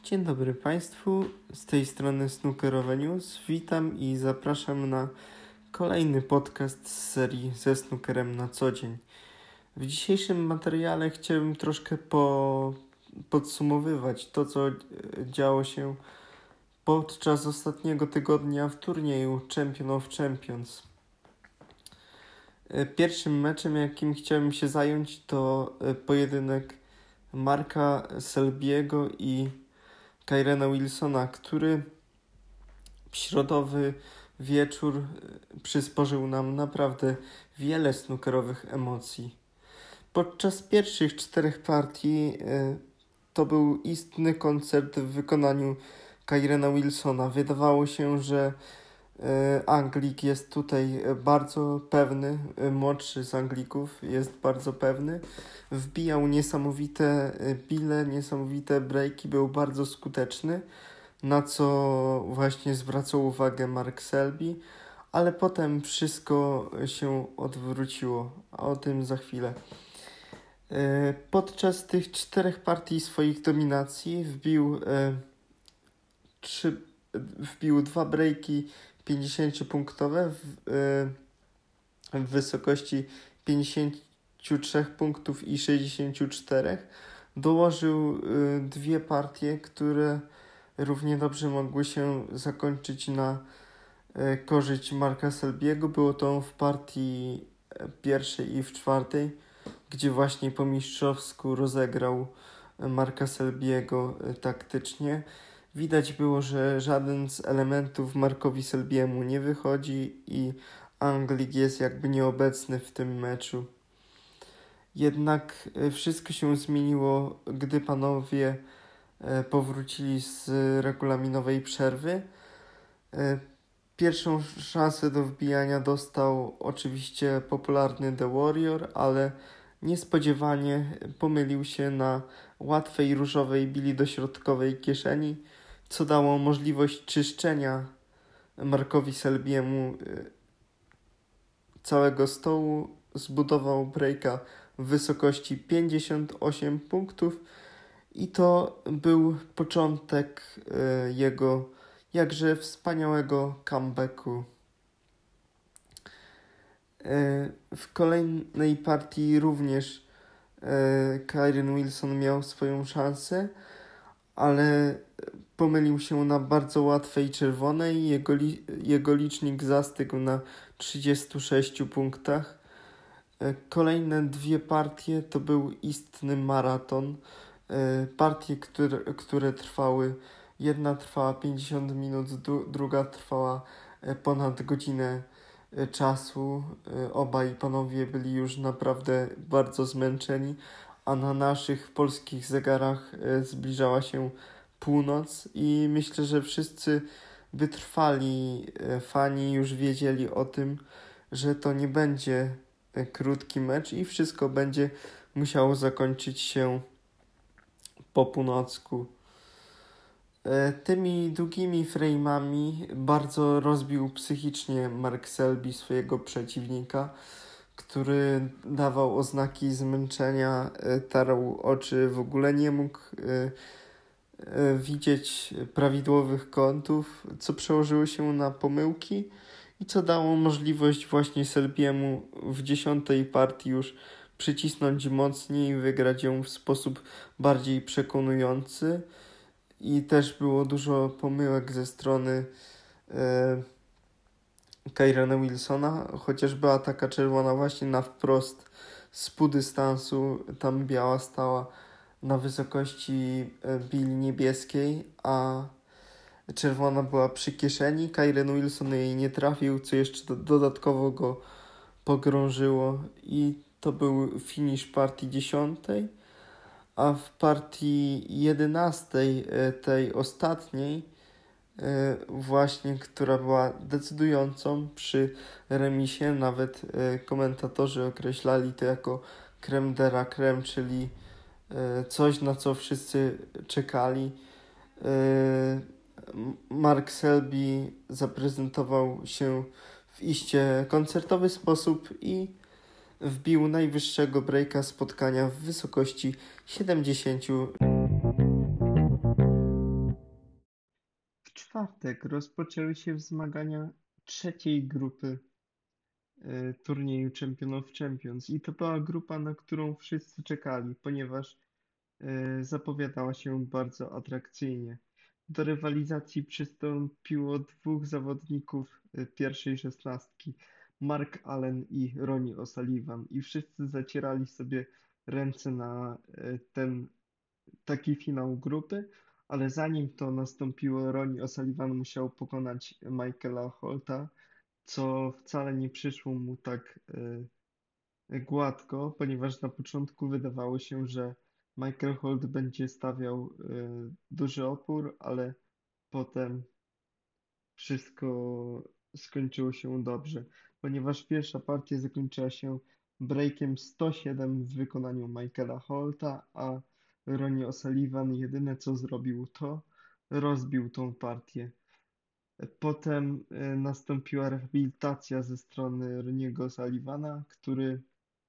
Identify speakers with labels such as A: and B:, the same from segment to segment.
A: Dzień dobry Państwu, z tej strony Snookerowe News. Witam i zapraszam na kolejny podcast z serii ze snookerem na co dzień. W dzisiejszym materiale chciałbym troszkę podsumowywać to, co działo się podczas ostatniego tygodnia w turnieju Champion of Champions. Pierwszym meczem, jakim chciałem się zająć, to pojedynek Marka Selby'ego i Kyrena Wilsona, który w środowy wieczór przysporzył nam naprawdę wiele snookerowych emocji. Podczas pierwszych 4 partii to był istny koncert w wykonaniu Kyrena Wilsona. Wydawało się, że Anglik jest tutaj bardzo pewny, młodszy z Anglików jest bardzo pewny. Wbijał niesamowite bile, niesamowite breaki, był bardzo skuteczny, na co właśnie zwracał uwagę Mark Selby, ale potem wszystko się odwróciło, a o tym za chwilę. Podczas tych 4 partii swoich dominacji wbił 2 breaki 50-punktowe w wysokości 53 punktów i 64. Dołożył 2 partie, które równie dobrze mogły się zakończyć na korzyść Marka Selby'ego. Było to w partii pierwszej i w 4, gdzie właśnie po mistrzowsku rozegrał Marka Selby'ego taktycznie. Widać było, że żaden z elementów Markowi Selby'emu nie wychodzi i Anglik jest jakby nieobecny w tym meczu. Jednak wszystko się zmieniło, gdy panowie powrócili z regulaminowej przerwy. Pierwszą szansę do wbijania dostał oczywiście popularny The Warrior, ale niespodziewanie pomylił się na łatwej różowej bili do środkowej kieszeni, co dało możliwość czyszczenia Markowi Selby'emu całego stołu. Zbudował breaka w wysokości 58 punktów i to był początek jego jakże wspaniałego comebacku. W kolejnej partii również Kyren Wilson miał swoją szansę, ale pomylił się na bardzo łatwej czerwonej. Jego licznik zastygł na 36 punktach. Kolejne 2 partie to był istny maraton. Partie, które trwały, jedna trwała 50 minut, druga trwała ponad godzinę czasu. Obaj panowie byli już naprawdę bardzo zmęczeni, a na naszych polskich zegarach zbliżała się północ i myślę, że wszyscy wytrwali fani już wiedzieli o tym, że to nie będzie krótki mecz i wszystko będzie musiało zakończyć się po północku. Tymi długimi frame'ami bardzo rozbił psychicznie Mark Selby swojego przeciwnika, który dawał oznaki zmęczenia, tarł oczy, w ogóle nie mógł widzieć prawidłowych kątów, co przełożyło się na pomyłki i co dało możliwość właśnie Selby'emu w 10. partii już przycisnąć mocniej i wygrać ją w sposób bardziej przekonujący. I też było dużo pomyłek ze strony Kyrena Wilsona, chociaż była taka czerwona właśnie na wprost z pół dystansu, tam biała stała na wysokości bili niebieskiej, a czerwona była przy kieszeni. Kyren Wilson jej nie trafił, co jeszcze dodatkowo go pogrążyło i to był finish partii 10. A w partii 11, tej ostatniej, właśnie, która była decydującą przy remisie, nawet komentatorzy określali to jako crème de la crème, czyli coś, na co wszyscy czekali. Mark Selby zaprezentował się w iście koncertowy sposób i wbił najwyższego breaka spotkania w wysokości 70. czwartek rozpoczęły się wzmagania trzeciej grupy turnieju Champion of Champions i to była grupa, na którą wszyscy czekali, ponieważ zapowiadała się bardzo atrakcyjnie. Do rywalizacji przystąpiło dwóch zawodników pierwszej szesnastki, Mark Allen i Ronnie O'Sullivan, i wszyscy zacierali sobie ręce na ten taki finał grupy, ale zanim to nastąpiło, Ronnie O'Sullivan musiał pokonać Michaela Holta, co wcale nie przyszło mu tak gładko, ponieważ na początku wydawało się, że Michael Holt będzie stawiał duży opór, ale potem wszystko skończyło się dobrze, ponieważ pierwsza partia zakończyła się breakiem 107 w wykonaniu Michaela Holta, a Ronnie O'Sullivan jedyne co zrobił to rozbił tą partię. Potem nastąpiła rehabilitacja ze strony Ronniego O'Sullivana, który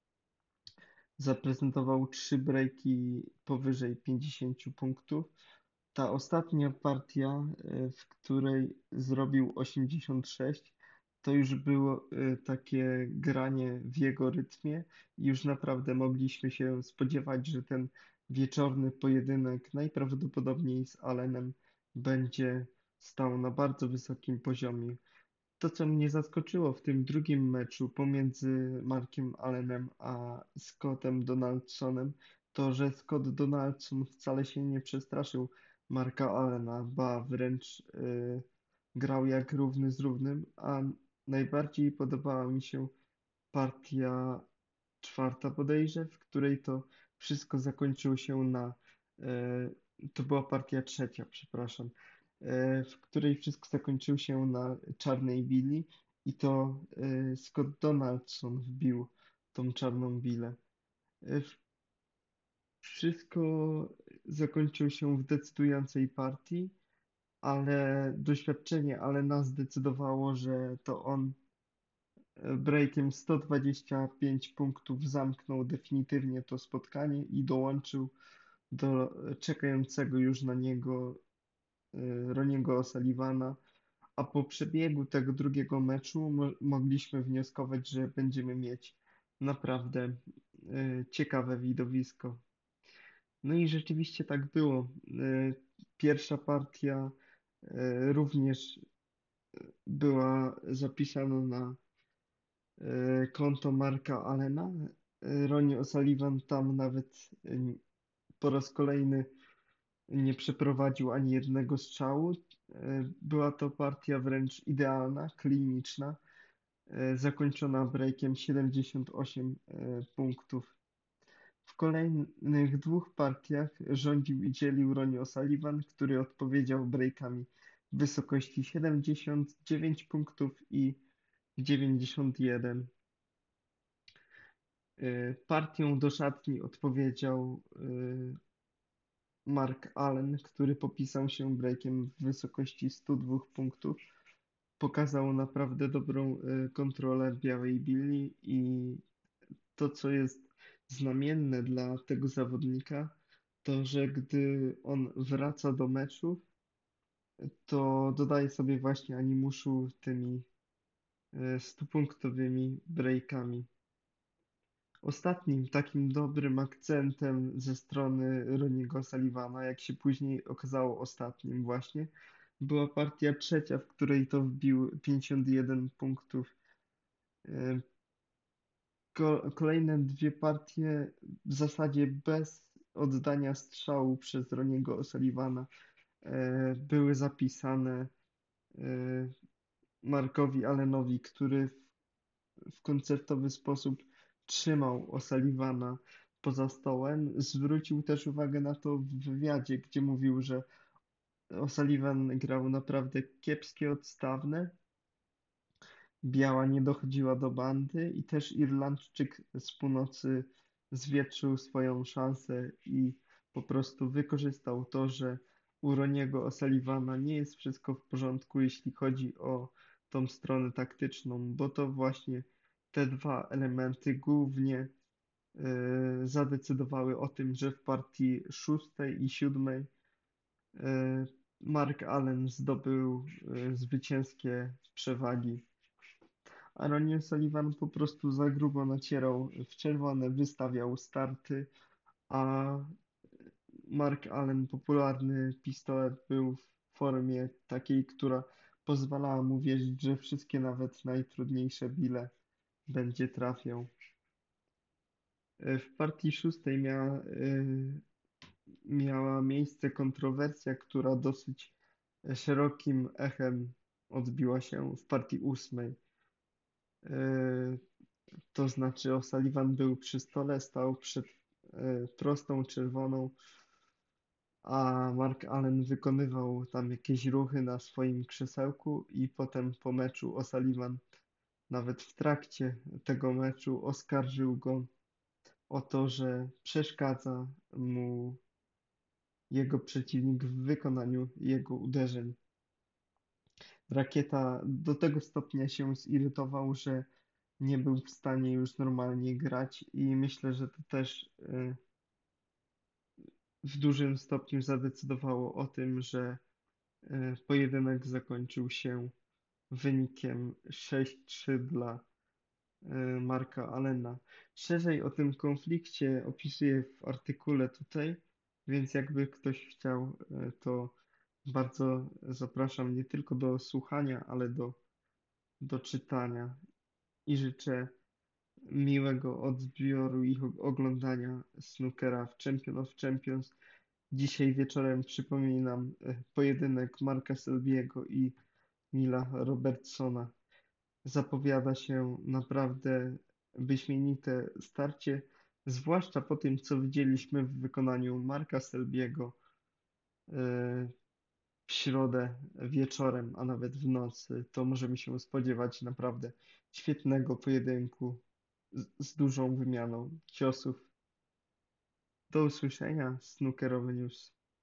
A: zaprezentował trzy breaki powyżej 50 punktów. Ta ostatnia partia, w której zrobił 86, to już było takie granie w jego rytmie i już naprawdę mogliśmy się spodziewać, że ten wieczorny pojedynek najprawdopodobniej z Allenem będzie stał na bardzo wysokim poziomie. To, co mnie zaskoczyło w tym drugim meczu pomiędzy Markiem Allenem a Scottem Donaldsonem, to, że Scott Donaldson wcale się nie przestraszył Marka Allena, ba wręcz grał jak równy z równym, a najbardziej podobała mi się partia czwarta bodajże, w której to wszystko zakończyło się to była partia trzecia, przepraszam, w której wszystko zakończyło się na czarnej bili i to Scott Donaldson wbił tą czarną bilę. E, Wszystko zakończyło się w decydującej partii, ale doświadczenie Allena zdecydowało, że to on breakiem 125 punktów zamknął definitywnie to spotkanie i dołączył do czekającego już na niego Ronniego O'Sullivana, a po przebiegu tego drugiego meczu mogliśmy wnioskować, że będziemy mieć naprawdę ciekawe widowisko. No i rzeczywiście tak było. Pierwsza partia również była zapisana na konto Marka Allena. Ronnie O'Sullivan tam nawet po raz kolejny nie przeprowadził ani jednego strzału. Była to partia wręcz idealna, kliniczna, zakończona breakiem 78 punktów. W kolejnych dwóch partiach rządził i dzielił Ronnie O'Sullivan, który odpowiedział breakami w wysokości 79 punktów i 91. Partią do szatni odpowiedział Mark Allen, który popisał się breakiem w wysokości 102 punktów. Pokazał naprawdę dobrą kontrolę białej Billi i to, co jest znamienne dla tego zawodnika, to, że gdy on wraca do meczów, to dodaje sobie właśnie animuszu tymi 100-punktowymi breakami. Ostatnim takim dobrym akcentem ze strony Ronniego Sullivana, jak się później okazało ostatnim właśnie, była partia trzecia, w której to wbił 51 punktów. E, Kolejne dwie partie w zasadzie bez oddania strzału przez Ronniego O'Sullivana były zapisane e, Markowi Allenowi, który w koncertowy sposób trzymał O'Sullivana poza stołem. Zwrócił też uwagę na to w wywiadzie, gdzie mówił, że O'Sullivan grał naprawdę kiepskie odstawne, biała nie dochodziła do bandy i też Irlandczyk z północy zwietrzył swoją szansę i po prostu wykorzystał to, że u Roniego O'Sullivana nie jest wszystko w porządku, jeśli chodzi o tą stronę taktyczną, bo to właśnie te dwa elementy głównie zadecydowały o tym, że w partii szóstej i siódmej Mark Allen zdobył zwycięskie przewagi, a Ronnie Sullivan po prostu za grubo nacierał w czerwone, wystawiał starty, a Mark Allen, popularny pistolet, był w formie takiej, która pozwalała mu wierzyć, że wszystkie, nawet najtrudniejsze bile będzie trafiał. W partii szóstej miała miejsce kontrowersja, która dosyć szerokim echem odbiła się w partii ósmej. E, To znaczy O'Sullivan był przy stole, stał przed prostą czerwoną, a Mark Allen wykonywał tam jakieś ruchy na swoim krzesełku i potem po meczu O'Sullivan, nawet w trakcie tego meczu, oskarżył go o to, że przeszkadza mu jego przeciwnik w wykonaniu jego uderzeń. Rakieta do tego stopnia się zirytował, że nie był w stanie już normalnie grać i myślę, że to też w dużym stopniu zadecydowało o tym, że pojedynek zakończył się wynikiem 6-3 dla Marka Allena. Szerzej o tym konflikcie opisuję w artykule tutaj, więc jakby ktoś chciał, to bardzo zapraszam nie tylko do słuchania, ale do czytania i życzę miłego odbioru i oglądania snookera w Champion of Champions. Dzisiaj wieczorem przypominam pojedynek Marka Selbiego i Nila Robertsona. Zapowiada się naprawdę wyśmienite starcie, zwłaszcza po tym, co widzieliśmy w wykonaniu Marka Selbiego w środę wieczorem, a nawet w nocy. To możemy się spodziewać naprawdę świetnego pojedynku z dużą wymianą ciosów. Do usłyszenia, Snookerowy News.